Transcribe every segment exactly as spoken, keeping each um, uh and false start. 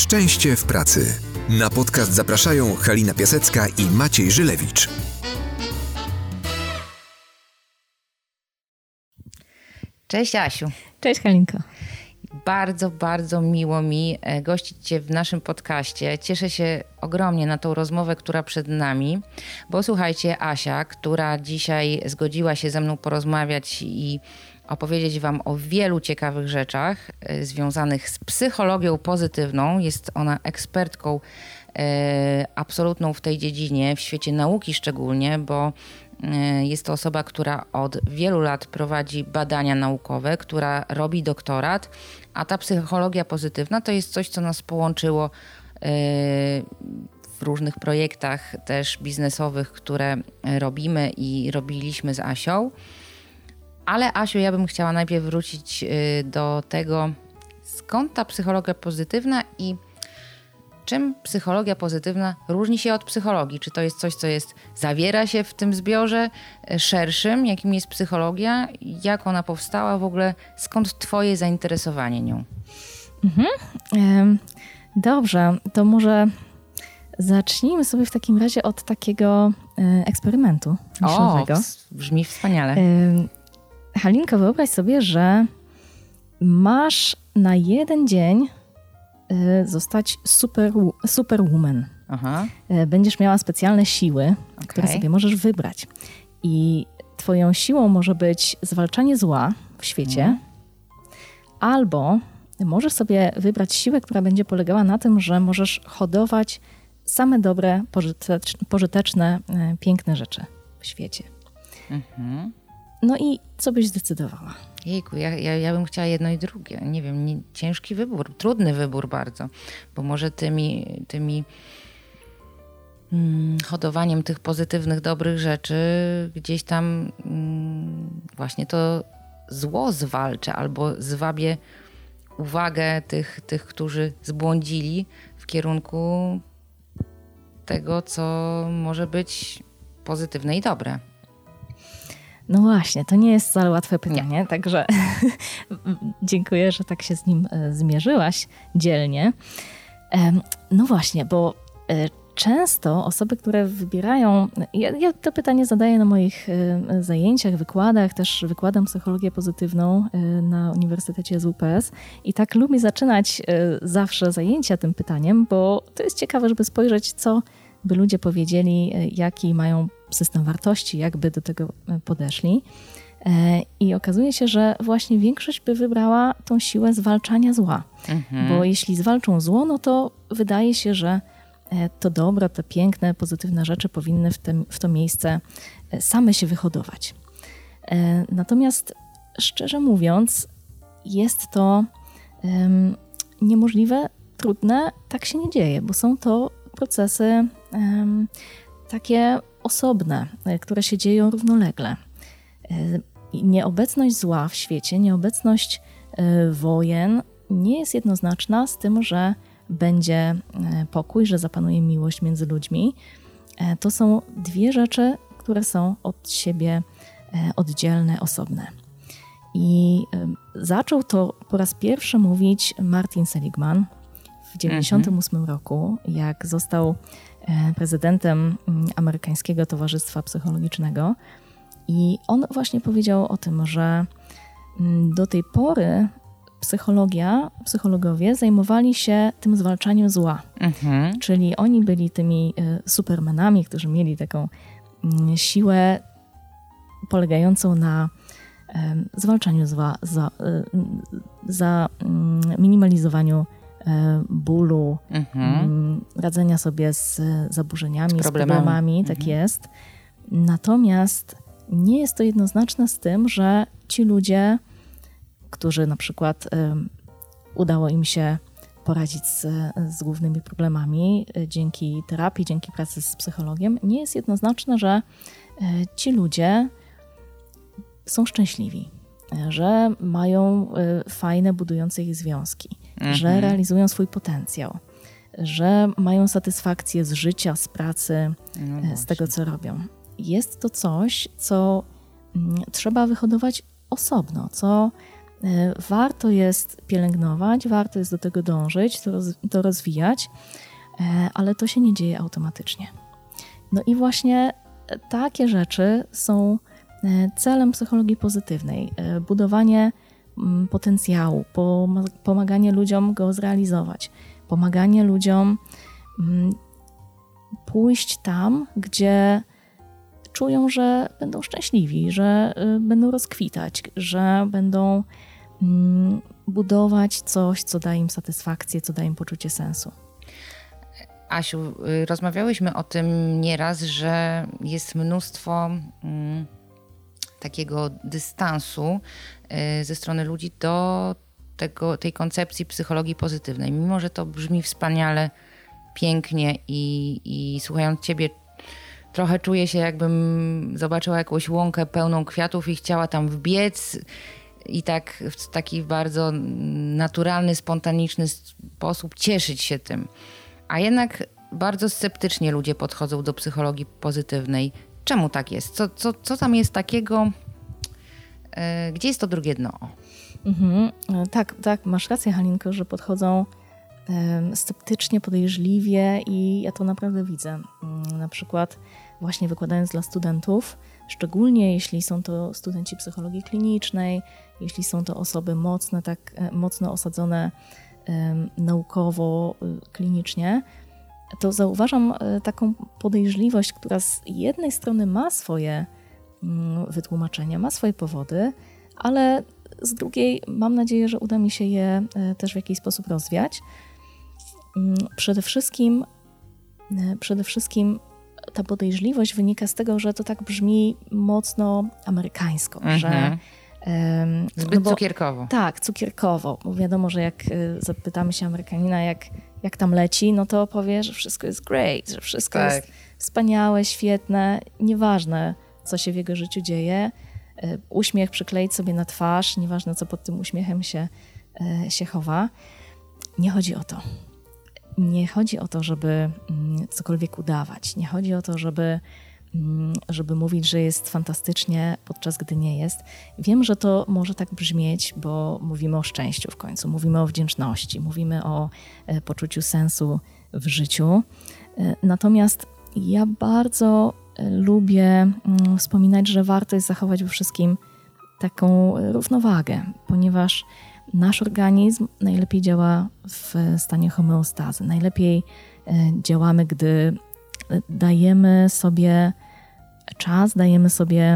Szczęście w pracy. Na podcast zapraszają Halina Piasecka i Maciej Żylewicz. Cześć Asiu. Cześć Halinko. Bardzo, bardzo miło mi gościć Cię w naszym podcaście. Cieszę się ogromnie na tą rozmowę, która przed nami, bo słuchajcie, Asia, która dzisiaj zgodziła się ze mną porozmawiać i opowiedzieć Wam o wielu ciekawych rzeczach związanych z psychologią pozytywną. Jest ona ekspertką e, absolutną w tej dziedzinie, w świecie nauki szczególnie, bo e, jest to osoba, która od wielu lat prowadzi badania naukowe, która robi doktorat, a ta psychologia pozytywna to jest coś, co nas połączyło e, w różnych projektach też biznesowych, które robimy i robiliśmy z Asią. Ale Asiu, ja bym chciała najpierw wrócić do tego, skąd ta psychologia pozytywna i czym psychologia pozytywna różni się od psychologii? Czy to jest coś, co jest, zawiera się w tym zbiorze szerszym, jakim jest psychologia? Jak ona powstała w ogóle? Skąd twoje zainteresowanie nią? Mhm. Dobrze, to może zacznijmy sobie w takim razie od takiego eksperymentu myślowego. O, brzmi wspaniale. Halinko, wyobraź sobie, że masz na jeden dzień zostać super, superwoman. Aha. Będziesz miała specjalne siły, okay, które sobie możesz wybrać. I twoją siłą może być zwalczanie zła w świecie, mm. albo możesz sobie wybrać siłę, która będzie polegała na tym, że możesz hodować same dobre, pożyteczne, pożyteczne piękne rzeczy w świecie. Mhm. No i co byś zdecydowała? Jejku, ja, ja, ja bym chciała jedno i drugie. Nie wiem, nie, ciężki wybór, trudny wybór bardzo, bo może tymi, tymi hmm, hodowaniem tych pozytywnych, dobrych rzeczy gdzieś tam hmm, właśnie to zło zwalczę albo zwabię uwagę tych, tych, którzy zbłądzili w kierunku tego, co może być pozytywne i dobre. No właśnie, to nie jest wcale łatwe pytanie, nie. Także dziękuję, że tak się z nim zmierzyłaś dzielnie. No właśnie, bo często osoby, które wybierają, ja, ja to pytanie zadaję na moich zajęciach, wykładach, też wykładam psychologię pozytywną na Uniwersytecie S W P S i tak lubię zaczynać zawsze zajęcia tym pytaniem, bo to jest ciekawe, żeby spojrzeć, co by ludzie powiedzieli, jaki mają system wartości, jakby do tego podeszli. I okazuje się, że właśnie większość by wybrała tą siłę zwalczania zła. Mhm. Bo jeśli zwalczą zło, no to wydaje się, że to dobro, te piękne, pozytywne rzeczy powinny w, te, w to miejsce same się wyhodować. Natomiast szczerze mówiąc, jest to um, niemożliwe, trudne, tak się nie dzieje, bo są to procesy um, takie osobne, które się dzieją równolegle. Nieobecność zła w świecie, nieobecność wojen nie jest jednoznaczna z tym, że będzie pokój, że zapanuje miłość między ludźmi. To są dwie rzeczy, które są od siebie oddzielne, osobne. I zaczął to po raz pierwszy mówić Martin Seligman w dziewięćdziesiątym ósmym mhm. roku, jak został prezydentem Amerykańskiego Towarzystwa Psychologicznego. I on właśnie powiedział o tym, że do tej pory psychologia, psychologowie zajmowali się tym zwalczaniem zła. Mhm. Czyli oni byli tymi supermanami, którzy mieli taką siłę polegającą na zwalczaniu zła, za, za minimalizowaniu bólu, mhm. radzenia sobie z zaburzeniami, z problemami, z problemami mhm. tak jest. Natomiast nie jest to jednoznaczne z tym, że ci ludzie, którzy na przykład um, udało im się poradzić z, z głównymi problemami dzięki terapii, dzięki pracy z psychologiem, nie jest jednoznaczne, że e, ci ludzie są szczęśliwi, że mają e, fajne, budujące ich związki, mhm. że realizują swój potencjał, że mają satysfakcję z życia, z pracy, no z tego, co robią. Jest to coś, co mm, trzeba wyhodować osobno, co Warto jest pielęgnować, warto jest do tego dążyć, to, roz, to rozwijać, ale to się nie dzieje automatycznie. No i właśnie takie rzeczy są celem psychologii pozytywnej. Budowanie potencjału, pomaganie ludziom go zrealizować, pomaganie ludziom pójść tam, gdzie czują, że będą szczęśliwi, że będą rozkwitać, że będą budować coś, co daje im satysfakcję, co daje im poczucie sensu. Asiu, rozmawiałyśmy o tym nieraz, że jest mnóstwo mm, takiego dystansu y, ze strony ludzi do tego, tej koncepcji psychologii pozytywnej. Mimo że to brzmi wspaniale, pięknie i, i słuchając ciebie trochę czuję się, jakbym zobaczyła jakąś łąkę pełną kwiatów i chciała tam wbiec i tak w taki bardzo naturalny, spontaniczny sposób cieszyć się tym. A jednak bardzo sceptycznie ludzie podchodzą do psychologii pozytywnej. Czemu tak jest? Co, co, co tam jest takiego? Yy, gdzie jest to drugie dno? Mhm. Tak, tak, masz rację, Halinko, że podchodzą yy, sceptycznie, podejrzliwie i ja to naprawdę widzę. Yy, na przykład właśnie wykładając dla studentów, szczególnie jeśli są to studenci psychologii klinicznej, jeśli są to osoby mocno, tak, mocno osadzone naukowo, klinicznie, to zauważam taką podejrzliwość, która z jednej strony ma swoje wytłumaczenia, ma swoje powody, ale z drugiej mam nadzieję, że uda mi się je też w jakiś sposób rozwiać. Przede wszystkim, przede wszystkim ta podejrzliwość wynika z tego, że to tak brzmi mocno amerykańsko, mhm. że Um, Zbyt no bo, cukierkowo. Tak, cukierkowo. Bo wiadomo, że jak y, zapytamy się Amerykanina, jak, jak tam leci, no to powie, że wszystko jest great, że wszystko tak. jest wspaniałe, świetne, nieważne, co się w jego życiu dzieje. Y, uśmiech przykleić sobie na twarz, nieważne, co pod tym uśmiechem się, y, się chowa. Nie chodzi o to. Nie chodzi o to, żeby y, cokolwiek udawać. Nie chodzi o to, żeby żeby mówić, że jest fantastycznie, podczas gdy nie jest. Wiem, że to może tak brzmieć, bo mówimy o szczęściu w końcu, mówimy o wdzięczności, mówimy o poczuciu sensu w życiu. Natomiast ja bardzo lubię wspominać, że warto jest zachować we wszystkim taką równowagę, ponieważ nasz organizm najlepiej działa w stanie homeostazy. Najlepiej działamy, gdy dajemy sobie czas, dajemy sobie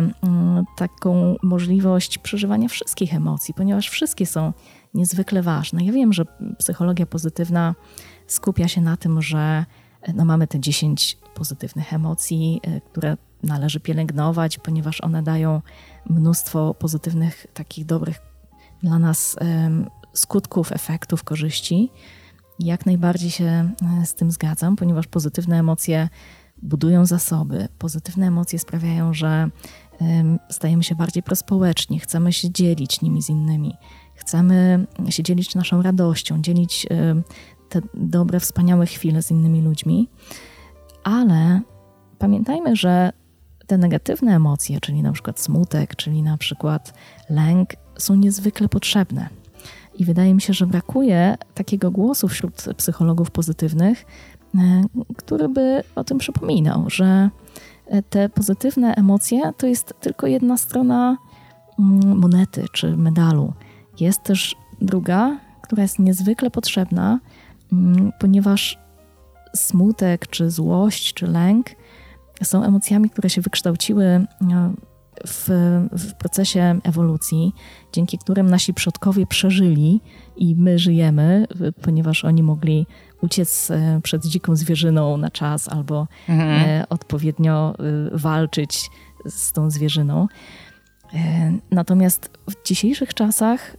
taką możliwość przeżywania wszystkich emocji, ponieważ wszystkie są niezwykle ważne. Ja wiem, że psychologia pozytywna skupia się na tym, że no mamy te dziesięć pozytywnych emocji, które należy pielęgnować, ponieważ one dają mnóstwo pozytywnych, takich dobrych dla nas skutków, efektów, korzyści. Jak najbardziej się z tym zgadzam, ponieważ pozytywne emocje budują zasoby. Pozytywne emocje sprawiają, że stajemy się bardziej prospołeczni, chcemy się dzielić nimi z innymi. Chcemy się dzielić naszą radością, dzielić te dobre, wspaniałe chwile z innymi ludźmi. Ale pamiętajmy, że te negatywne emocje, czyli na przykład smutek, czyli na przykład lęk, są niezwykle potrzebne. I wydaje mi się, że brakuje takiego głosu wśród psychologów pozytywnych, który by o tym przypominał, że te pozytywne emocje to jest tylko jedna strona monety czy medalu. Jest też druga, która jest niezwykle potrzebna, ponieważ smutek, czy złość, czy lęk są emocjami, które się wykształciły w, w procesie ewolucji, dzięki którym nasi przodkowie przeżyli i my żyjemy, ponieważ oni mogli uciec przed dziką zwierzyną na czas albo mhm. odpowiednio walczyć z tą zwierzyną. Natomiast w dzisiejszych czasach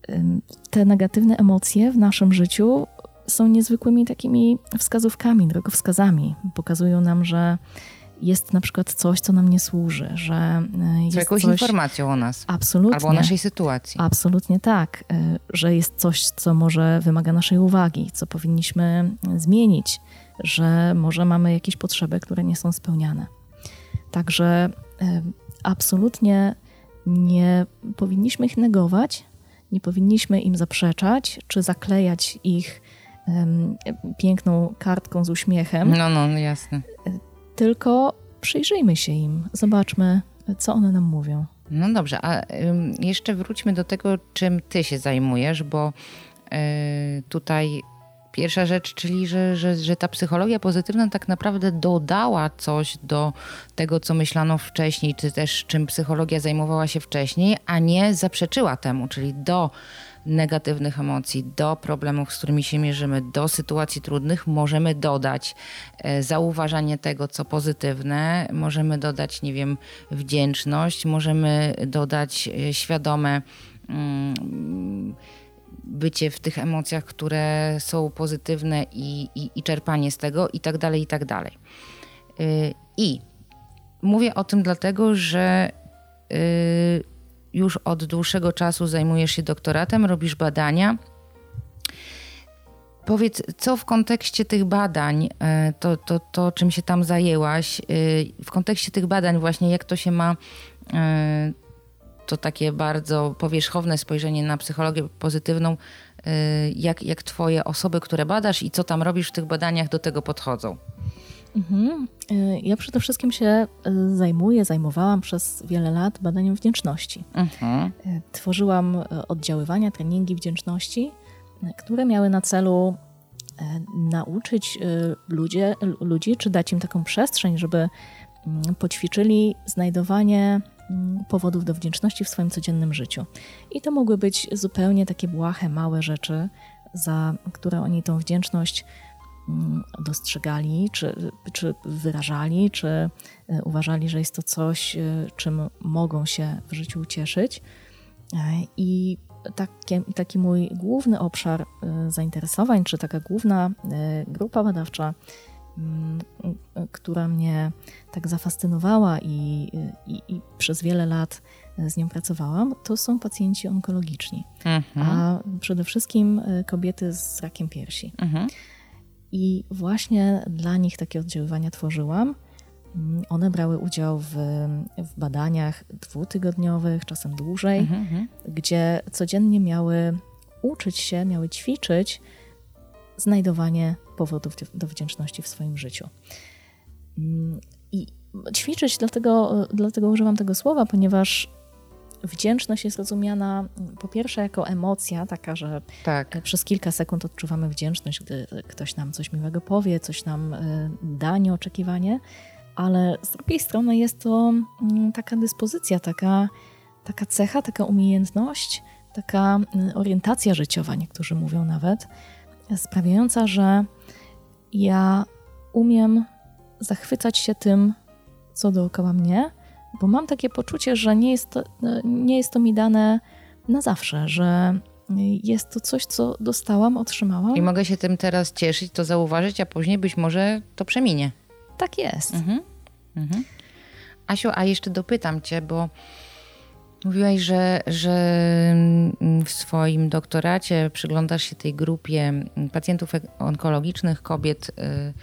te negatywne emocje w naszym życiu są niezwykłymi takimi wskazówkami, drogowskazami. Pokazują nam, że jest na przykład coś, co nam nie służy, że jest jakąś coś... informacją o nas. Absolutnie. Albo o naszej sytuacji. Absolutnie tak, że jest coś, co może wymaga naszej uwagi, co powinniśmy zmienić, że może mamy jakieś potrzeby, które nie są spełniane. Także absolutnie nie powinniśmy ich negować, nie powinniśmy im zaprzeczać, czy zaklejać ich um, piękną kartką z uśmiechem. No, no, jasne. Tylko przyjrzyjmy się im, zobaczmy, co one nam mówią. No dobrze, a ym, jeszcze wróćmy do tego, czym ty się zajmujesz, bo yy, tutaj pierwsza rzecz, czyli że, że, że ta psychologia pozytywna tak naprawdę dodała coś do tego, co myślano wcześniej, czy też czym psychologia zajmowała się wcześniej, a nie zaprzeczyła temu, czyli do negatywnych emocji, do problemów, z którymi się mierzymy, do sytuacji trudnych możemy dodać e, zauważanie tego, co pozytywne, możemy dodać, nie wiem, wdzięczność, możemy dodać e, świadome mm, bycie w tych emocjach, które są pozytywne i, i, i czerpanie z tego i tak dalej, i tak dalej. Yy, I mówię o tym dlatego, że yy, już od dłuższego czasu zajmujesz się doktoratem, robisz badania. Powiedz, co w kontekście tych badań, to, to, to czym się tam zajęłaś, w kontekście tych badań właśnie, jak to się ma, to takie bardzo powierzchowne spojrzenie na psychologię pozytywną, jak, jak twoje osoby, które badasz i co tam robisz w tych badaniach, do tego podchodzą? Mhm. Ja przede wszystkim się zajmuję, zajmowałam przez wiele lat badaniem wdzięczności. Mhm. Tworzyłam oddziaływania, treningi wdzięczności, które miały na celu nauczyć ludzie, ludzi, czy dać im taką przestrzeń, żeby poćwiczyli znajdowanie powodów do wdzięczności w swoim codziennym życiu. I to mogły być zupełnie takie błahe, małe rzeczy, za które oni tą wdzięczność dostrzegali, czy, czy wyrażali, czy uważali, że jest to coś, czym mogą się w życiu ucieszyć. I taki, taki mój główny obszar zainteresowań, czy taka główna grupa badawcza, która mnie tak zafascynowała i, i, i przez wiele lat z nią pracowałam, to są pacjenci onkologiczni, mhm. a przede wszystkim kobiety z rakiem piersi. Mhm. I właśnie dla nich takie oddziaływania tworzyłam. One brały udział w, w badaniach dwutygodniowych, czasem dłużej, mm-hmm. gdzie codziennie miały uczyć się, miały ćwiczyć znajdowanie powodów do wdzięczności w swoim życiu. I ćwiczyć, dlatego, dlatego używam tego słowa, ponieważ wdzięczność jest rozumiana po pierwsze jako emocja, taka, że tak. przez kilka sekund odczuwamy wdzięczność, gdy ktoś nam coś miłego powie, coś nam da nieoczekiwanie, ale z drugiej strony jest to taka dyspozycja, taka, taka cecha, taka umiejętność, taka orientacja życiowa, niektórzy mówią nawet, sprawiająca, że ja umiem zachwycać się tym, co dookoła mnie, bo mam takie poczucie, że nie jest to, nie jest to mi dane na zawsze, że jest to coś, co dostałam, otrzymałam. I mogę się tym teraz cieszyć, to zauważyć, a później być może to przeminie. Tak jest. Mhm. Mhm. Asiu, a jeszcze dopytam cię, bo mówiłaś, że, że w swoim doktoracie przyglądasz się tej grupie pacjentów onkologicznych, kobiet.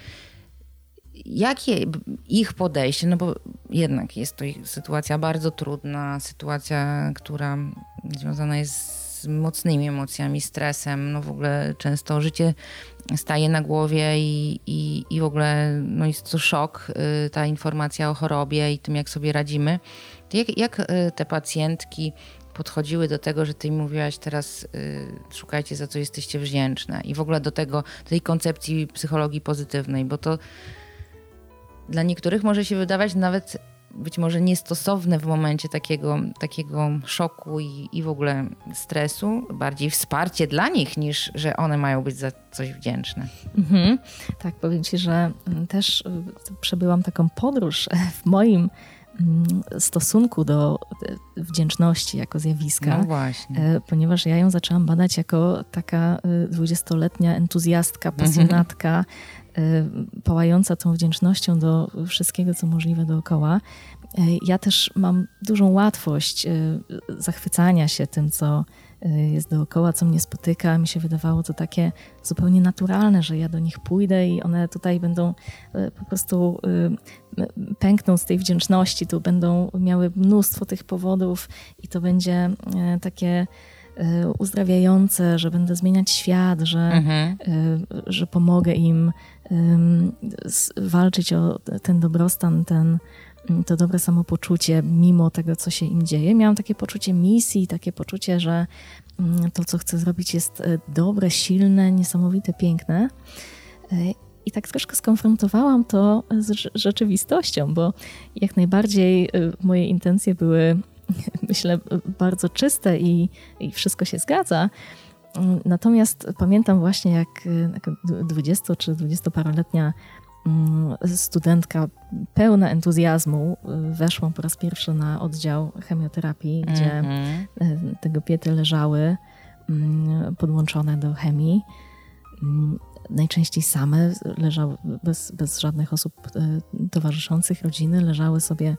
Jakie ich podejście, no bo jednak jest to sytuacja bardzo trudna, sytuacja, która związana jest z mocnymi emocjami, stresem, no w ogóle często życie staje na głowie i, i, i w ogóle no jest to szok, ta informacja o chorobie i tym, jak sobie radzimy. To jak, jak te pacjentki podchodziły do tego, że ty mówiłaś teraz y, szukajcie, za co jesteście wdzięczne i w ogóle do tego, do tej koncepcji psychologii pozytywnej, bo to dla niektórych może się wydawać nawet być może niestosowne w momencie takiego, takiego szoku i, i w ogóle stresu, bardziej wsparcie dla nich, niż że one mają być za coś wdzięczne. Mhm. Tak, powiem ci, że też przebyłam taką podróż w moim stosunku do wdzięczności jako zjawiska, no właśnie. Ponieważ ja ją zaczęłam badać jako taka dwudziestoletnia entuzjastka, pasjonatka, pałająca tą wdzięcznością do wszystkiego, co możliwe dookoła. Ja też mam dużą łatwość zachwycania się tym, co jest dookoła, co mnie spotyka. Mi się wydawało to takie zupełnie naturalne, że ja do nich pójdę i one tutaj będą po prostu pękną z tej wdzięczności, tu będą miały mnóstwo tych powodów i to będzie takie uzdrawiające, że będę zmieniać świat, że, mhm. że pomogę im walczyć o ten dobrostan, ten, to dobre samopoczucie mimo tego, co się im dzieje. Miałam takie poczucie misji, takie poczucie, że to, co chcę zrobić, jest dobre, silne, niesamowite, piękne. I tak troszkę skonfrontowałam to z rzeczywistością, bo jak najbardziej moje intencje były, myślę, bardzo czyste i, i wszystko się zgadza. Natomiast pamiętam właśnie, jak dwudziesto czy dwudziestoparoletnia studentka pełna entuzjazmu weszłam po raz pierwszy na oddział chemioterapii, mm-hmm. gdzie te kobiety leżały podłączone do chemii. Najczęściej same, leżały bez, bez żadnych osób towarzyszących, rodziny, leżały sobie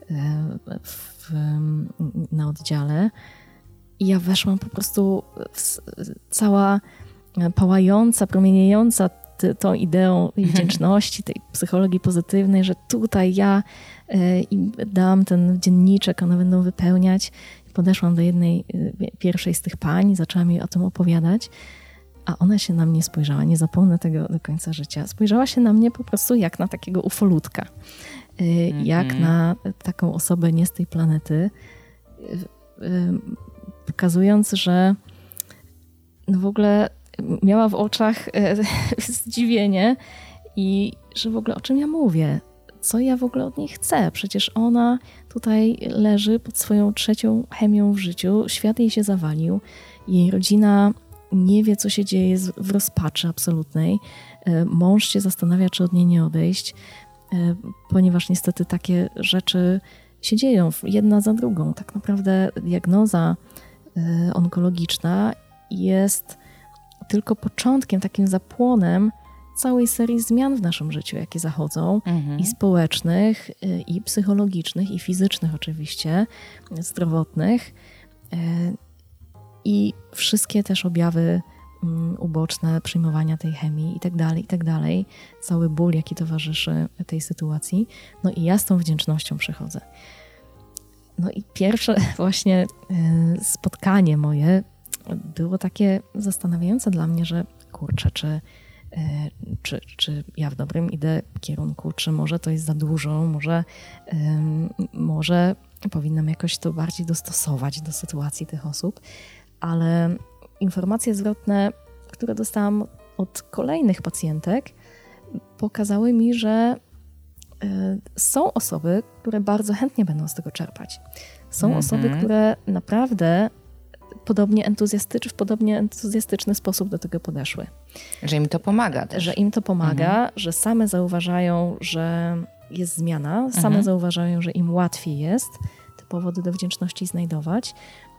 w, na oddziale. I ja weszłam po prostu w, cała pałająca, promieniejąca t, tą ideą wdzięczności, tej psychologii pozytywnej, że tutaj ja y, im dam ten dzienniczek, one będą wypełniać. Podeszłam do jednej, y, pierwszej z tych pań, zaczęłam jej o tym opowiadać, a ona się na mnie spojrzała, nie zapomnę tego do końca życia. Spojrzała się na mnie po prostu jak na takiego ufolutka, y, mm-hmm. jak na taką osobę nie z tej planety, y, y, pokazując, że no w ogóle miała w oczach e, zdziwienie i że w ogóle o czym ja mówię, co ja w ogóle od niej chcę. Przecież ona tutaj leży pod swoją trzecią chemią w życiu, świat jej się zawalił, jej rodzina nie wie, co się dzieje, jest w rozpaczy absolutnej. E, mąż się zastanawia, czy od niej nie odejść, e, ponieważ niestety takie rzeczy się dzieją jedna za drugą. Tak naprawdę diagnoza onkologiczna jest tylko początkiem, takim zapłonem całej serii zmian w naszym życiu, jakie zachodzą, mhm. i społecznych, i psychologicznych, i fizycznych oczywiście, zdrowotnych. I wszystkie też objawy uboczne przyjmowania tej chemii i tak dalej, i tak dalej. Cały ból, jaki towarzyszy tej sytuacji. No i ja z tą wdzięcznością przychodzę. No i pierwsze właśnie spotkanie moje było takie zastanawiające dla mnie, że kurczę, czy, czy, czy ja w dobrym idę kierunku, czy może to jest za dużo, może, może powinnam jakoś to bardziej dostosować do sytuacji tych osób, ale informacje zwrotne, które dostałam od kolejnych pacjentek, pokazały mi, że są osoby, które bardzo chętnie będą z tego czerpać. Są mm-hmm. osoby, które naprawdę podobnie entuzjastycz, w podobnie entuzjastyczny sposób do tego podeszły. Że im to pomaga też. Że im to pomaga, mm-hmm. że same zauważają, że jest zmiana, same mm-hmm. zauważają, że im łatwiej jest te powody do wdzięczności znajdować,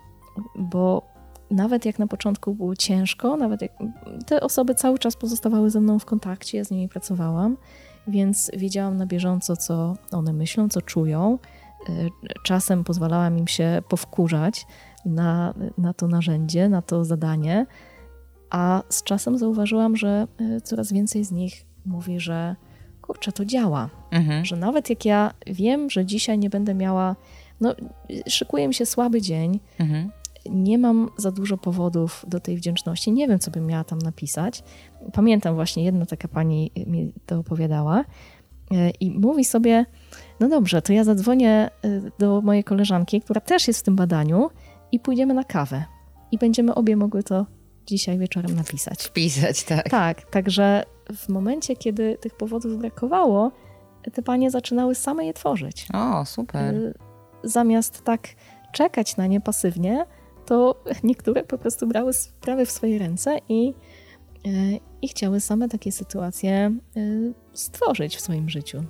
bo nawet jak na początku było ciężko, nawet jak te osoby cały czas pozostawały ze mną w kontakcie, ja z nimi pracowałam, więc wiedziałam na bieżąco, co one myślą, co czują. Czasem pozwalałam im się powkurzać na, na to narzędzie, na to zadanie, a z czasem zauważyłam, że coraz więcej z nich mówi, że kurczę, to działa. Mhm. Że nawet jak ja wiem, że dzisiaj nie będę miała, no szykuje mi się słaby dzień, mhm. nie mam za dużo powodów do tej wdzięczności, nie wiem, co bym miała tam napisać. Pamiętam właśnie, jedna taka pani mi to opowiadała i mówi sobie, no dobrze, to ja zadzwonię do mojej koleżanki, która też jest w tym badaniu i pójdziemy na kawę. I będziemy obie mogły to dzisiaj wieczorem napisać. Wpisać, tak. Tak, także w momencie, kiedy tych powodów brakowało, te panie zaczynały same je tworzyć. O, super. Zamiast tak czekać na nie pasywnie, to niektóre po prostu brały sprawy w swoje ręce i, i chciały same takie sytuacje stworzyć w swoim życiu.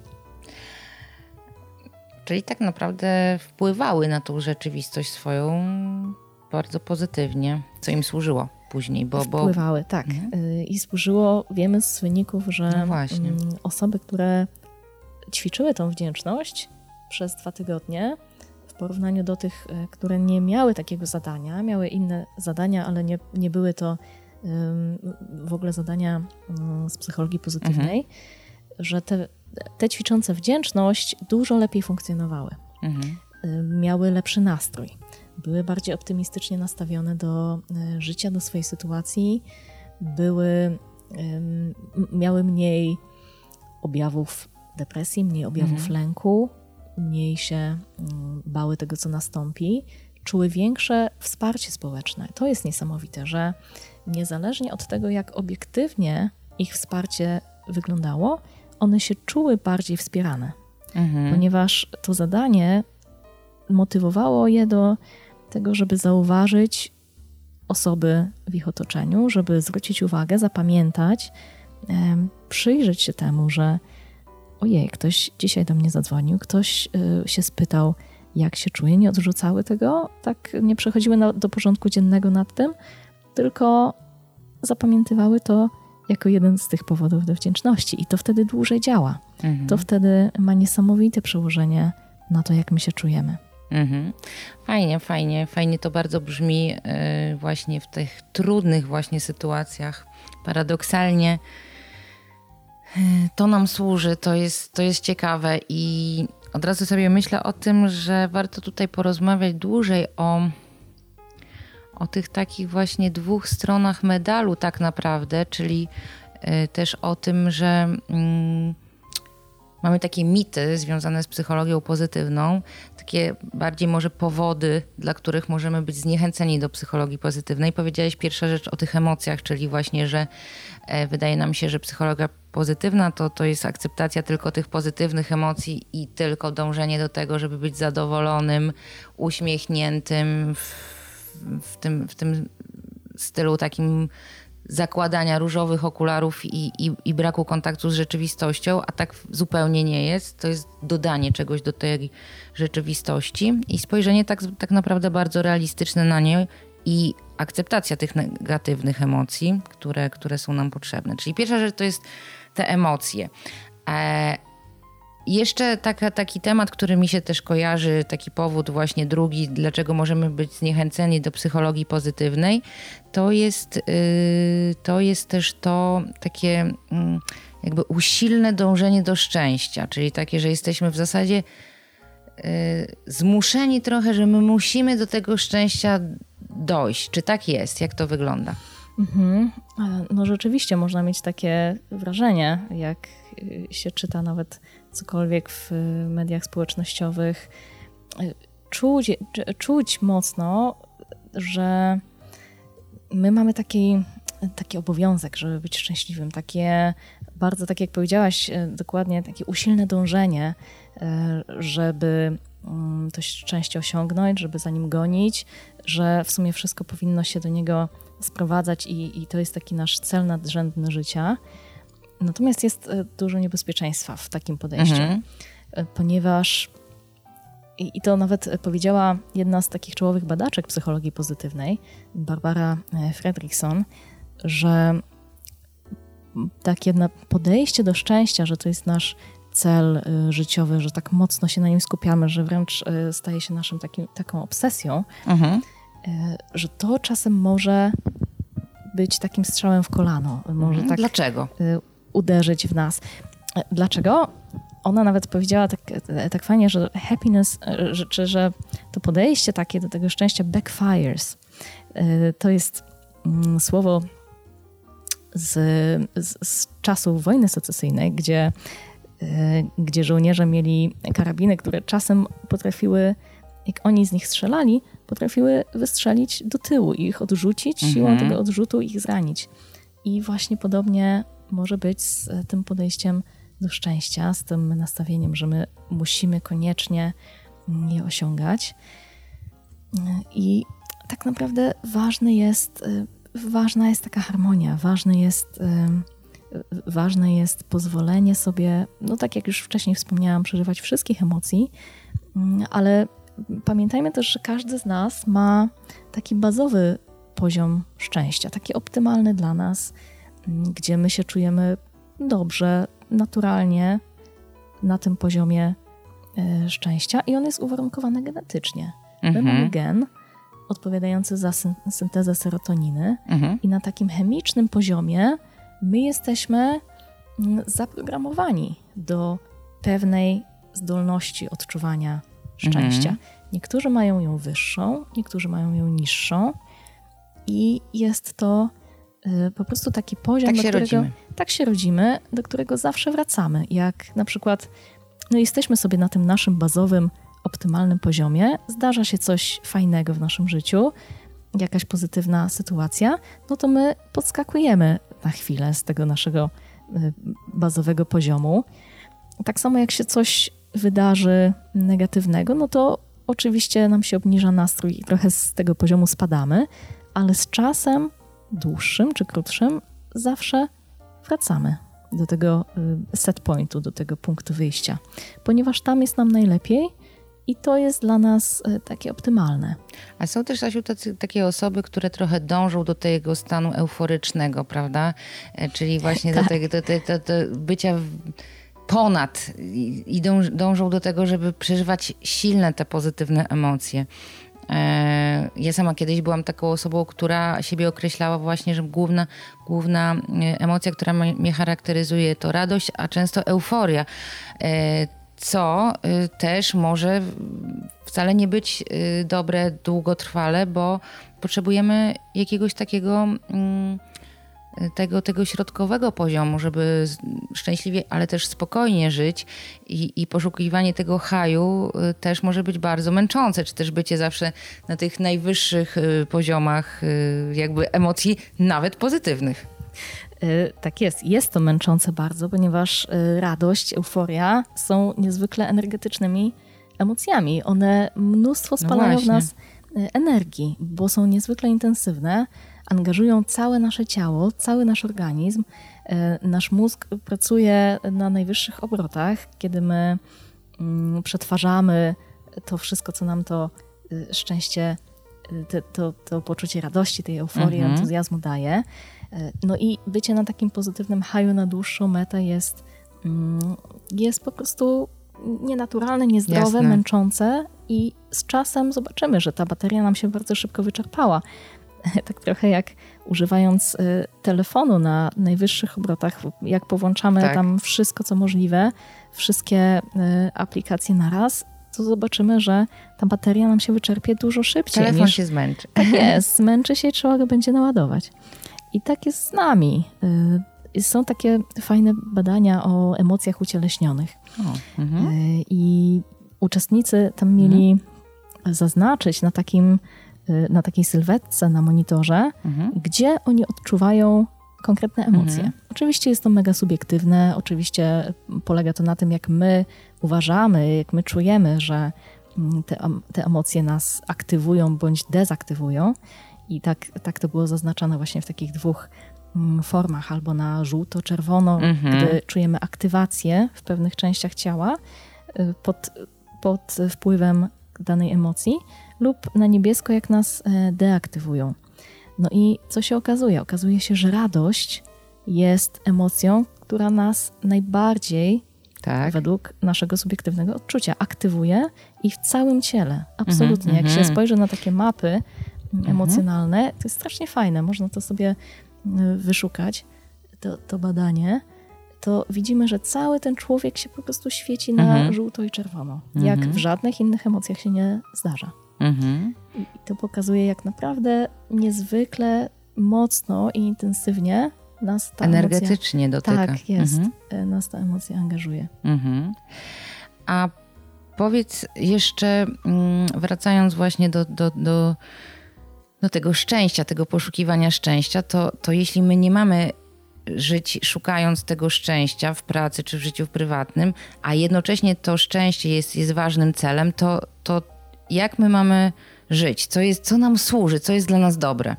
Czyli tak naprawdę wpływały na tą rzeczywistość swoją bardzo pozytywnie, co im służyło później. Bo, bo... Wpływały, tak. Mhm. I służyło, wiemy z wyników, że no właśnie. Osoby, które ćwiczyły tą wdzięczność przez dwa tygodnie, w porównaniu do tych, które nie miały takiego zadania, miały inne zadania, ale nie, nie były to um, w ogóle zadania um, z psychologii pozytywnej, mhm. że te, te ćwiczące wdzięczność dużo lepiej funkcjonowały. Mhm. Miały lepszy nastrój, były bardziej optymistycznie nastawione do życia, do swojej sytuacji, były, miały mniej objawów depresji, mniej objawów mhm. lęku, mniej się bały tego, co nastąpi, czuły większe wsparcie społeczne. To jest niesamowite, że niezależnie od tego, jak obiektywnie ich wsparcie wyglądało, one się czuły bardziej wspierane, mhm. ponieważ to zadanie motywowało je do tego, żeby zauważyć osoby w ich otoczeniu, żeby zwrócić uwagę, zapamiętać, e, przyjrzeć się temu, że ojej, ktoś dzisiaj do mnie zadzwonił, ktoś y, się spytał, jak się czuje, nie odrzucały tego, tak nie przechodziły na, do porządku dziennego nad tym, tylko zapamiętywały to jako jeden z tych powodów do wdzięczności i to wtedy dłużej działa. Mhm. To wtedy ma niesamowite przełożenie na to, jak my się czujemy. Mhm. Fajnie, fajnie, fajnie to bardzo brzmi yy, właśnie w tych trudnych właśnie sytuacjach. Paradoksalnie to nam służy, to jest, to jest ciekawe i od razu sobie myślę o tym, że warto tutaj porozmawiać dłużej o, o tych takich właśnie dwóch stronach medalu tak naprawdę, czyli y, też o tym, że y, mamy takie mity związane z psychologią pozytywną, takie bardziej może powody, dla których możemy być zniechęceni do psychologii pozytywnej. Powiedziałeś pierwsza rzecz o tych emocjach, czyli właśnie, że e, wydaje nam się, że psychologia pozytywna to, to jest akceptacja tylko tych pozytywnych emocji i tylko dążenie do tego, żeby być zadowolonym, uśmiechniętym w, w, tym, w tym stylu takim zakładania różowych okularów i, i, i braku kontaktu z rzeczywistością, a tak zupełnie nie jest. To jest dodanie czegoś do tej rzeczywistości i spojrzenie tak, tak naprawdę bardzo realistyczne na nie i akceptacja tych negatywnych emocji, które, które są nam potrzebne. Czyli pierwsza rzecz to jest te emocje. E, Jeszcze taka, taki temat, który mi się też kojarzy, taki powód właśnie drugi, dlaczego możemy być zniechęceni do psychologii pozytywnej, to jest, yy, to jest też to takie yy, jakby usilne dążenie do szczęścia, czyli takie, że jesteśmy w zasadzie yy, zmuszeni trochę, że my musimy do tego szczęścia dojść. Czy tak jest? Jak to wygląda? Mhm. No rzeczywiście można mieć takie wrażenie, jak się czyta nawet cokolwiek w mediach społecznościowych, czuć, czuć mocno, że my mamy taki, taki obowiązek, żeby być szczęśliwym, takie bardzo, tak jak powiedziałaś, dokładnie takie usilne dążenie, żeby to szczęście osiągnąć, żeby za nim gonić, że w sumie wszystko powinno się do niego sprowadzać i, i to jest taki nasz cel nadrzędny życia. Natomiast jest dużo niebezpieczeństwa w takim podejściu, mhm. ponieważ i, i to nawet powiedziała jedna z takich czołowych badaczek psychologii pozytywnej, Barbara Fredrickson, że takie podejście do szczęścia, że to jest nasz cel życiowy, że tak mocno się na nim skupiamy, że wręcz staje się naszym takim, taką obsesją, mhm. że to czasem może być takim strzałem w kolano. Może tak Dlaczego? uderzyć w nas. Dlaczego? Ona nawet powiedziała tak, tak fajnie, że happiness, że, czy, że to podejście takie do tego szczęścia backfires. To jest słowo z, z, z czasów wojny secesyjnej, gdzie, gdzie żołnierze mieli karabiny, które czasem potrafiły, jak oni z nich strzelali, potrafiły wystrzelić do tyłu i ich odrzucić, mhm. siłą tego odrzutu ich zranić. I właśnie podobnie może być z tym podejściem do szczęścia, z tym nastawieniem, że my musimy koniecznie je osiągać. I tak naprawdę ważny jest, ważna jest taka harmonia, ważne jest, ważne jest pozwolenie sobie, no tak jak już wcześniej wspomniałam, przeżywać wszystkich emocji, ale pamiętajmy też, że każdy z nas ma taki bazowy poziom szczęścia, taki optymalny dla nas, gdzie my się czujemy dobrze, naturalnie na tym poziomie e, szczęścia i on jest uwarunkowany genetycznie. Mhm. My mamy gen odpowiadający za syn- syntezę serotoniny mhm. i na takim chemicznym poziomie my jesteśmy m, zaprogramowani do pewnej zdolności odczuwania szczęścia. Mhm. Niektórzy mają ją wyższą, niektórzy mają ją niższą i jest to y, po prostu taki poziom, tak do się którego rodzimy. tak się rodzimy, do którego zawsze wracamy. Jak na przykład no jesteśmy sobie na tym naszym bazowym, optymalnym poziomie, zdarza się coś fajnego w naszym życiu, jakaś pozytywna sytuacja, no to my podskakujemy na chwilę z tego naszego y, bazowego poziomu. Tak samo jak się coś wydarzy negatywnego, no to oczywiście nam się obniża nastrój i trochę z tego poziomu spadamy, ale z czasem dłuższym czy krótszym zawsze wracamy do tego set pointu, do tego punktu wyjścia, ponieważ tam jest nam najlepiej i to jest dla nas takie optymalne. A są też, Asiu, tacy, takie osoby, które trochę dążą do tego stanu euforycznego, prawda? Czyli właśnie tak. do tego do, do, do, do bycia w, ponad i, i dąż, dążą do tego, żeby przeżywać silne te pozytywne emocje. Ja sama kiedyś byłam taką osobą, która siebie określała właśnie, że główna, główna emocja, która mnie charakteryzuje, to radość, a często euforia, co też może wcale nie być dobre długotrwale, bo potrzebujemy jakiegoś takiego tego, tego środkowego poziomu, żeby szczęśliwie, ale też spokojnie żyć i, i poszukiwanie tego haju też może być bardzo męczące, czy też bycie zawsze na tych najwyższych poziomach jakby emocji, nawet pozytywnych. Tak jest. Jest to męczące bardzo, ponieważ radość, euforia są niezwykle energetycznymi emocjami. One mnóstwo spalają no w nas energii, bo są niezwykle intensywne, angażują całe nasze ciało, cały nasz organizm. Nasz mózg pracuje na najwyższych obrotach, kiedy my przetwarzamy to wszystko, co nam to szczęście, to, to, to poczucie radości, tej euforii, mhm. entuzjazmu daje. No i bycie na takim pozytywnym haju na dłuższą metę jest, jest po prostu nienaturalne, niezdrowe, Jasne. męczące i z czasem zobaczymy, że ta bateria nam się bardzo szybko wyczerpała. Tak trochę jak używając y, telefonu na najwyższych obrotach, jak powłączamy tak. tam wszystko, co możliwe, wszystkie y, aplikacje naraz, to zobaczymy, że ta bateria nam się wyczerpie dużo szybciej. Telefon niż... się zmęczy. Tak jest, zmęczy się i trzeba go będzie naładować. I tak jest z nami. Y, są takie fajne badania o emocjach ucieleśnionych. O, mhm. y, I uczestnicy tam mieli mhm. zaznaczyć na takim na takiej sylwetce na monitorze, mhm. gdzie oni odczuwają konkretne emocje. Mhm. Oczywiście jest to mega subiektywne, oczywiście polega to na tym, jak my uważamy, jak my czujemy, że te, te emocje nas aktywują bądź dezaktywują i tak, tak to było zaznaczone właśnie w takich dwóch formach, albo na żółto-czerwono, mhm. gdy czujemy aktywację w pewnych częściach ciała pod, pod wpływem danej emocji, lub na niebiesko, jak nas deaktywują. No i co się okazuje? Okazuje się, że radość jest emocją, która nas najbardziej, tak. według naszego subiektywnego odczucia, aktywuje i w całym ciele. Absolutnie. Mm-hmm. Jak się spojrzy na takie mapy mm-hmm. emocjonalne, to jest strasznie fajne. Można to sobie wyszukać, to, to badanie. To widzimy, że cały ten człowiek się po prostu świeci na mm-hmm. żółto i czerwono. Mm-hmm. Jak w żadnych innych emocjach się nie zdarza. Mm-hmm. I to pokazuje, jak naprawdę niezwykle mocno i intensywnie nas ta energetycznie emocja, dotyka. Tak, jest. Mm-hmm. Nas ta emocja angażuje. Mm-hmm. A powiedz jeszcze, wracając właśnie do, do, do, do tego szczęścia, tego poszukiwania szczęścia, to, to jeśli my nie mamy żyć szukając tego szczęścia w pracy czy w życiu prywatnym, a jednocześnie to szczęście jest, jest ważnym celem, to, to jak my mamy żyć? Co jest, co nam służy? Co jest dla nas dobre?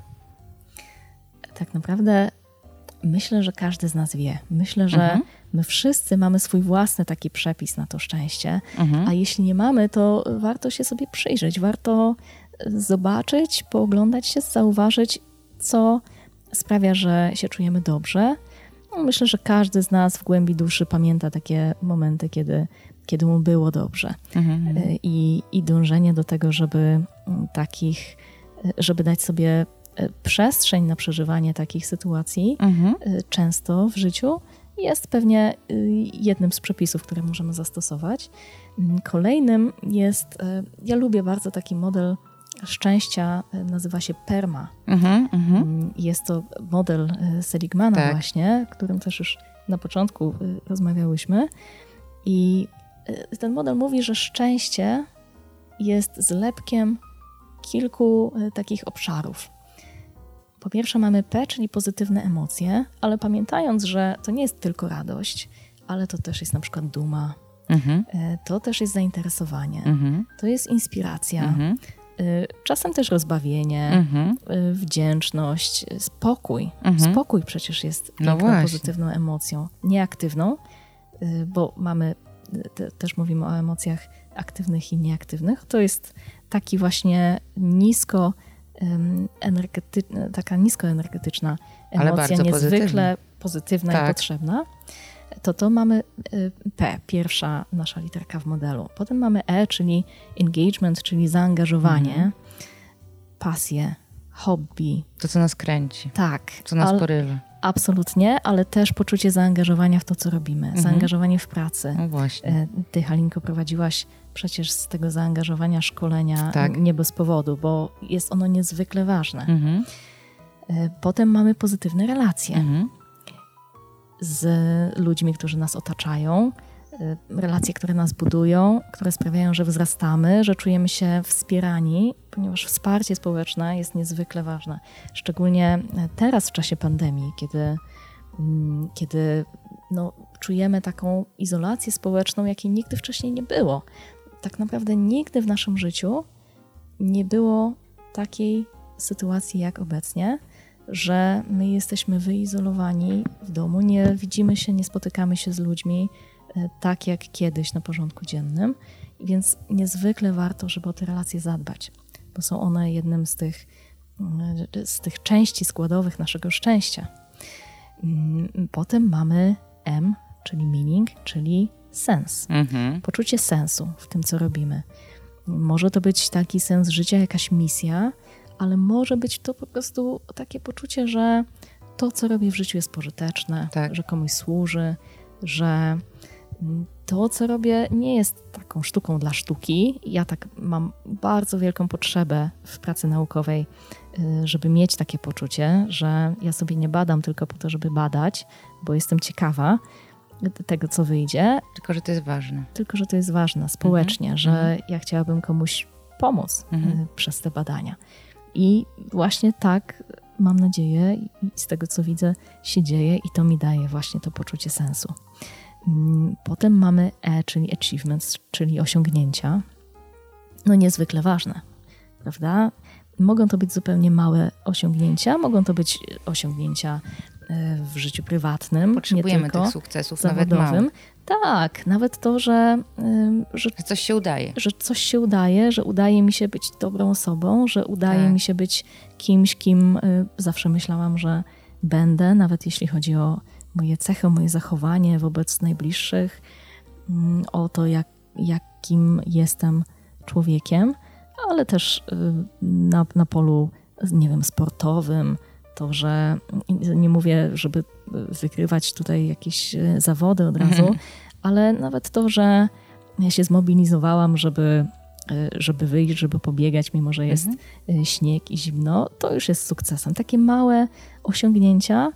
Tak naprawdę myślę, że każdy z nas wie. Myślę, że mhm. my wszyscy mamy swój własny taki przepis na to szczęście, mhm. a jeśli nie mamy, to warto się sobie przyjrzeć, warto zobaczyć, pooglądać się, zauważyć, co sprawia, że się czujemy dobrze. No, myślę, że każdy z nas w głębi duszy pamięta takie momenty, kiedy, kiedy mu było dobrze. Mhm. I, I dążenie do tego, żeby takich, żeby dać sobie przestrzeń na przeżywanie takich sytuacji mhm. często w życiu jest pewnie jednym z przepisów, które możemy zastosować. Kolejnym jest, ja lubię bardzo taki model szczęścia, nazywa się PERMA. Mhm, mhm. Jest to model Seligmana tak. właśnie, o którym też już na początku rozmawiałyśmy. I ten model mówi, że szczęście jest zlepkiem kilku takich obszarów. Po pierwsze mamy P, czyli pozytywne emocje, ale pamiętając, że to nie jest tylko radość, ale to też jest na przykład duma, mhm. to też jest zainteresowanie, mhm. to jest inspiracja, mhm. czasem też rozbawienie, mhm. wdzięczność, spokój. Mhm. Spokój przecież jest piękną, no pozytywną emocją, nieaktywną, bo mamy, te, też mówimy o emocjach aktywnych i nieaktywnych. To jest taki właśnie nisko energetyczna, taka niskoenergetyczna emocja, niezwykle pozytywna, pozytywna tak. i potrzebna. To to mamy P, pierwsza nasza literka w modelu. Potem mamy E, czyli engagement, czyli zaangażowanie, mhm. pasję, hobby. To, co nas kręci. Tak. Co nas porywa. Absolutnie, ale też poczucie zaangażowania w to, co robimy. Mhm. Zaangażowanie w pracy. No właśnie. Ty, Halinko, prowadziłaś przecież z tego zaangażowania szkolenia tak. nie bez powodu, bo jest ono niezwykle ważne. Mhm. Potem mamy pozytywne relacje mhm. z ludźmi, którzy nas otaczają. Relacje, które nas budują, które sprawiają, że wzrastamy, że czujemy się wspierani, ponieważ wsparcie społeczne jest niezwykle ważne. Szczególnie teraz w czasie pandemii, kiedy, kiedy no, czujemy taką izolację społeczną, jakiej nigdy wcześniej nie było. Tak naprawdę nigdy w naszym życiu nie było takiej sytuacji jak obecnie, że my jesteśmy wyizolowani w domu, nie widzimy się, nie spotykamy się z ludźmi tak jak kiedyś na porządku dziennym, więc niezwykle warto, żeby o te relacje zadbać, bo są one jednym z tych, z tych części składowych naszego szczęścia. Potem mamy M, czyli meaning, czyli sens. Mhm. Poczucie sensu w tym, co robimy. Może to być taki sens życia, jakaś misja, ale może być to po prostu takie poczucie, że to, co robię w życiu jest pożyteczne, tak. że komuś służy, że to, co robię, nie jest taką sztuką dla sztuki. Ja tak mam bardzo wielką potrzebę w pracy naukowej, żeby mieć takie poczucie, że ja sobie nie badam tylko po to, żeby badać, bo jestem ciekawa tego, co wyjdzie. Tylko, że to jest ważne. Tylko, że to jest ważne społecznie, mhm. że ja chciałabym komuś pomóc mhm. przez te badania. I właśnie tak, mam nadzieję, i z tego, co widzę, się dzieje i to mi daje właśnie to poczucie sensu. Potem mamy E, czyli achievements, czyli osiągnięcia. No niezwykle ważne, prawda? Mogą to być zupełnie małe osiągnięcia, mogą to być osiągnięcia w życiu prywatnym, potrzebujemy nie tylko tych sukcesów, zawodowym. Nawet małych. Tak, nawet to, że, że... Że coś się udaje. Że coś się udaje, że udaje mi się być dobrą osobą, że udaje tak. mi się być kimś, kim zawsze myślałam, że będę, nawet jeśli chodzi o moje cechy, o moje zachowanie wobec najbliższych, o to, jak, jakim jestem człowiekiem, ale też na, na polu, nie wiem, sportowym, to, że nie mówię, żeby wygrywać tutaj jakieś zawody od razu, mhm. ale nawet to, że ja się zmobilizowałam, żeby, żeby wyjść, żeby pobiegać, mimo że jest mhm. śnieg i zimno, to już jest sukcesem. Takie małe osiągnięcia,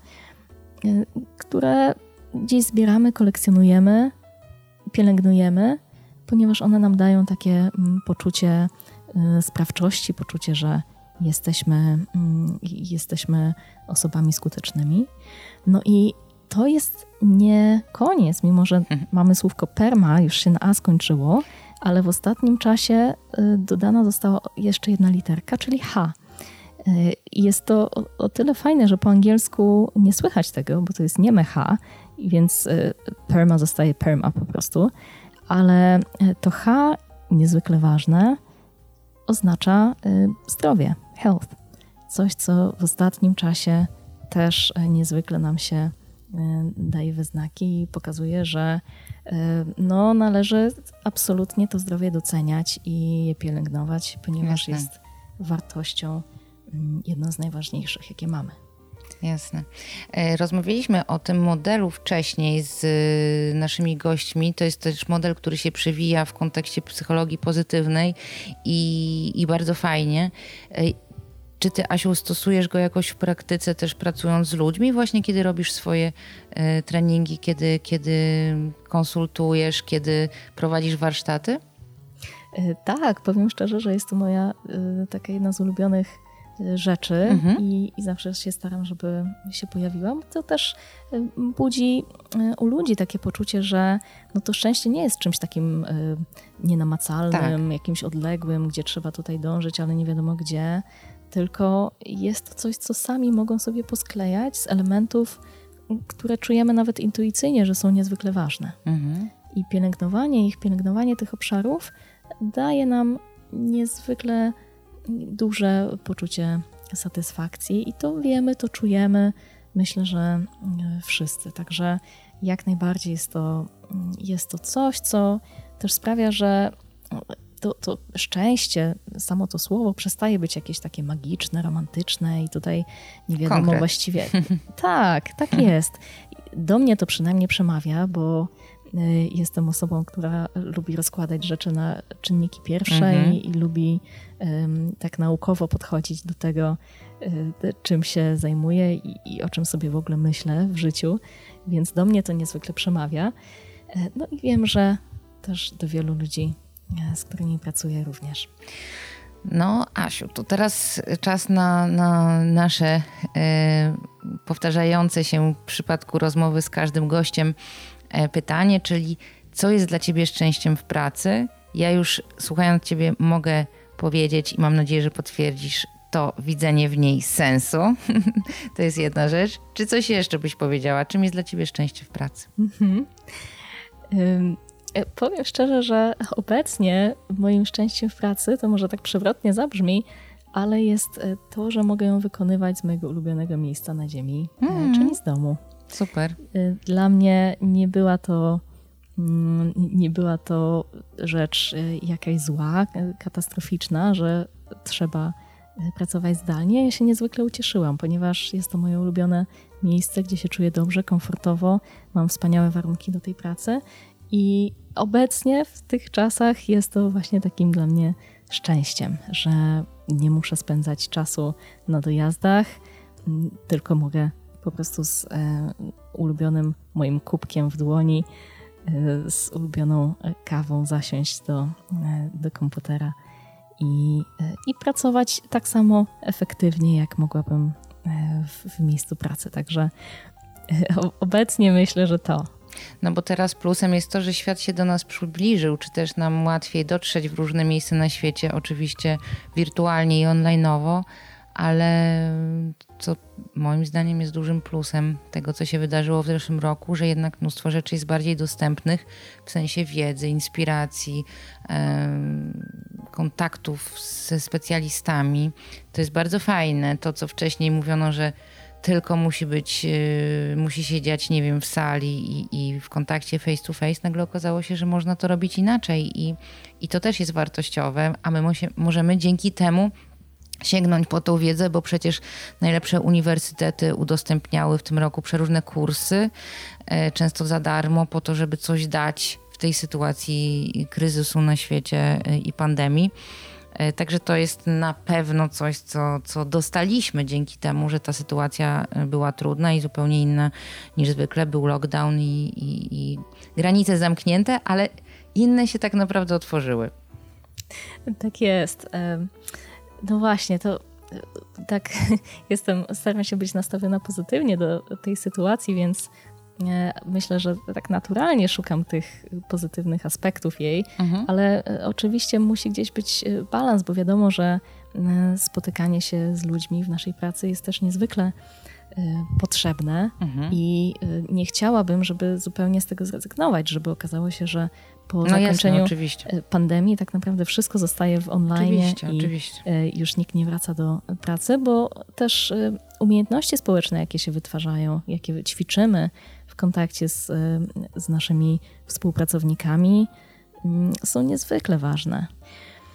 które gdzieś zbieramy, kolekcjonujemy, pielęgnujemy, ponieważ one nam dają takie poczucie sprawczości, poczucie, że jesteśmy, jesteśmy osobami skutecznymi. No i to jest nie koniec, mimo że mhm. mamy słówko perma, już się na A skończyło, ale w ostatnim czasie dodana została jeszcze jedna literka, czyli H. I jest to o, o tyle fajne, że po angielsku nie słychać tego, bo to jest nieme H, więc perma zostaje perma po prostu, ale to H, niezwykle ważne, oznacza zdrowie, health. Coś, co w ostatnim czasie też niezwykle nam się daje we znaki i pokazuje, że no, należy absolutnie to zdrowie doceniać i je pielęgnować, ponieważ Jasne. Jest wartością jedną z najważniejszych, jakie mamy. Jasne. Rozmawialiśmy o tym modelu wcześniej z naszymi gośćmi. To jest też model, który się przewija w kontekście psychologii pozytywnej i, i bardzo fajnie. Czy ty, Asiu, stosujesz go jakoś w praktyce też pracując z ludźmi? Właśnie kiedy robisz swoje e, treningi, kiedy, kiedy konsultujesz, kiedy prowadzisz warsztaty? Tak, powiem szczerze, że jest to moja y, taka jedna z ulubionych rzeczy mhm. i, i zawsze się staram, żeby się pojawiłam. To też budzi u ludzi takie poczucie, że no to szczęście nie jest czymś takim y, nienamacalnym, tak. jakimś odległym, gdzie trzeba tutaj dążyć, ale nie wiadomo gdzie, tylko jest to coś, co sami mogą sobie posklejać z elementów, które czujemy nawet intuicyjnie, że są niezwykle ważne. Mhm. I pielęgnowanie ich, pielęgnowanie tych obszarów daje nam niezwykle duże poczucie satysfakcji i to wiemy, to czujemy, myślę, że wszyscy. Także jak najbardziej jest to, jest to coś, co też sprawia, że to, to szczęście, samo to słowo przestaje być jakieś takie magiczne, romantyczne i tutaj nie wiadomo Konkret. właściwie. Tak, tak jest. Do mnie to przynajmniej przemawia, bo jestem osobą, która lubi rozkładać rzeczy na czynniki pierwsze mhm. i, i lubi um, tak naukowo podchodzić do tego, um, czym się zajmuję i, i o czym sobie w ogóle myślę w życiu, więc do mnie to niezwykle przemawia. No i wiem, że też do wielu ludzi, z którymi pracuję również. No, Asiu, to teraz czas na, na nasze e, powtarzające się w przypadku rozmowy z każdym gościem pytanie, czyli co jest dla ciebie szczęściem w pracy? Ja już słuchając ciebie mogę powiedzieć i mam nadzieję, że potwierdzisz to widzenie w niej sensu. To jest jedna rzecz. Czy coś jeszcze byś powiedziała? Czym jest dla ciebie szczęście w pracy? Mhm. Um, powiem szczerze, że obecnie moim szczęściem w pracy, to może tak przewrotnie zabrzmi, ale jest to, że mogę ją wykonywać z mojego ulubionego miejsca na ziemi, mm. czyli z domu. Super. Dla mnie nie była to, nie była to rzecz jakaś zła, katastroficzna, że trzeba pracować zdalnie. Ja się niezwykle ucieszyłam, ponieważ jest to moje ulubione miejsce, gdzie się czuję dobrze, komfortowo, mam wspaniałe warunki do tej pracy i obecnie w tych czasach jest to właśnie takim dla mnie szczęściem, że nie muszę spędzać czasu na dojazdach, tylko mogę po prostu z e, ulubionym moim kubkiem w dłoni, e, z ulubioną kawą zasiąść do, e, do komputera i, e, i pracować tak samo efektywnie, jak mogłabym e, w, w miejscu pracy. Także e, obecnie myślę, że to. No bo teraz plusem jest to, że świat się do nas przybliżył, czy też nam łatwiej dotrzeć w różne miejsca na świecie, oczywiście wirtualnie i online'owo, ale co moim zdaniem jest dużym plusem tego, co się wydarzyło w zeszłym roku, że jednak mnóstwo rzeczy jest bardziej dostępnych w sensie wiedzy, inspiracji, kontaktów ze specjalistami. To jest bardzo fajne. To, co wcześniej mówiono, że tylko musi być, musi się dziać, nie wiem, w sali i, i w kontakcie face to face, nagle okazało się, że można to robić inaczej i, i to też jest wartościowe, a my możemy dzięki temu sięgnąć po tą wiedzę, bo przecież najlepsze uniwersytety udostępniały w tym roku przeróżne kursy, często za darmo, po to, żeby coś dać w tej sytuacji kryzysu na świecie i pandemii. Także to jest na pewno coś, co, co dostaliśmy dzięki temu, że ta sytuacja była trudna i zupełnie inna niż zwykle. Był lockdown i, i, i granice zamknięte, ale inne się tak naprawdę otworzyły. Tak jest. No właśnie, to tak jestem, staram się być nastawiona pozytywnie do tej sytuacji, więc myślę, że tak naturalnie szukam tych pozytywnych aspektów jej, mhm. ale oczywiście musi gdzieś być balans, bo wiadomo, że spotykanie się z ludźmi w naszej pracy jest też niezwykle potrzebne mhm. i nie chciałabym, żeby zupełnie z tego zrezygnować, żeby okazało się, że po no zakończeniu jasne, pandemii tak naprawdę wszystko zostaje w online oczywiście, i oczywiście. już nikt nie wraca do pracy, bo też umiejętności społeczne, jakie się wytwarzają, jakie ćwiczymy w kontakcie z, z naszymi współpracownikami, są niezwykle ważne.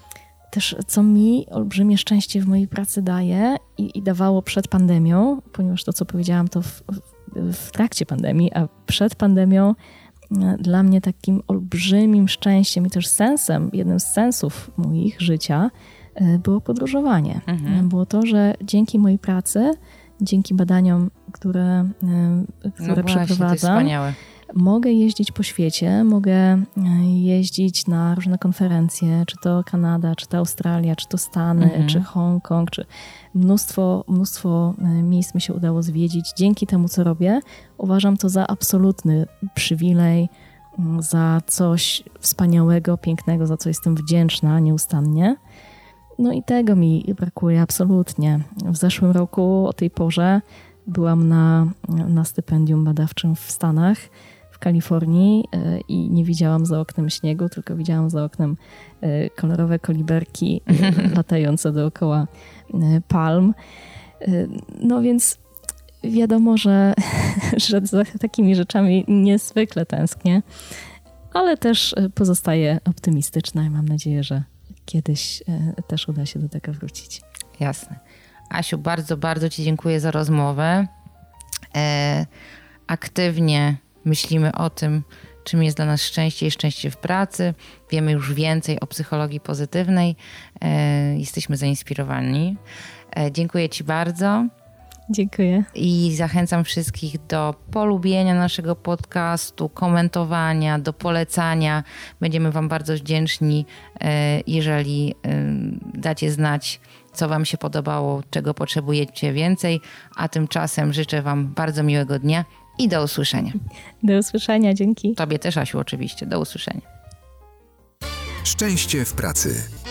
też co mi olbrzymie szczęście w mojej pracy daje i, i dawało przed pandemią, ponieważ to, co powiedziałam, to w, w, w trakcie pandemii, a przed pandemią dla mnie takim olbrzymim szczęściem i też sensem, jednym z sensów moich życia było podróżowanie. Mhm. Było to, że dzięki mojej pracy, dzięki badaniom, które, które no przeprowadzam, mogę jeździć po świecie, mogę jeździć na różne konferencje, czy to Kanada, czy to Australia, czy to Stany, mhm. czy Hongkong, czy mnóstwo, mnóstwo miejsc mi się udało zwiedzić. Dzięki temu, co robię, uważam to za absolutny przywilej, za coś wspaniałego, pięknego, za co jestem wdzięczna nieustannie. No i tego mi brakuje absolutnie. W zeszłym roku o tej porze byłam na, na stypendium badawczym w Stanach, w Kalifornii i nie widziałam za oknem śniegu, tylko widziałam za oknem kolorowe koliberki latające dookoła palm. No więc wiadomo, że, że za takimi rzeczami niezwykle tęsknię, ale też pozostaję optymistyczna i mam nadzieję, że kiedyś też uda się do tego wrócić. Jasne. Asiu, bardzo, bardzo Ci dziękuję za rozmowę. E, aktywnie myślimy o tym, czym jest dla nas szczęście i szczęście w pracy. Wiemy już więcej o psychologii pozytywnej. E, jesteśmy zainspirowani. E, dziękuję Ci bardzo. Dziękuję. I zachęcam wszystkich do polubienia naszego podcastu, komentowania, do polecania. Będziemy Wam bardzo wdzięczni, jeżeli dacie znać, co Wam się podobało, czego potrzebujecie więcej. A tymczasem życzę Wam bardzo miłego dnia i do usłyszenia. Do usłyszenia, dzięki. Tobie też, Asiu, oczywiście. Do usłyszenia. Szczęście w pracy.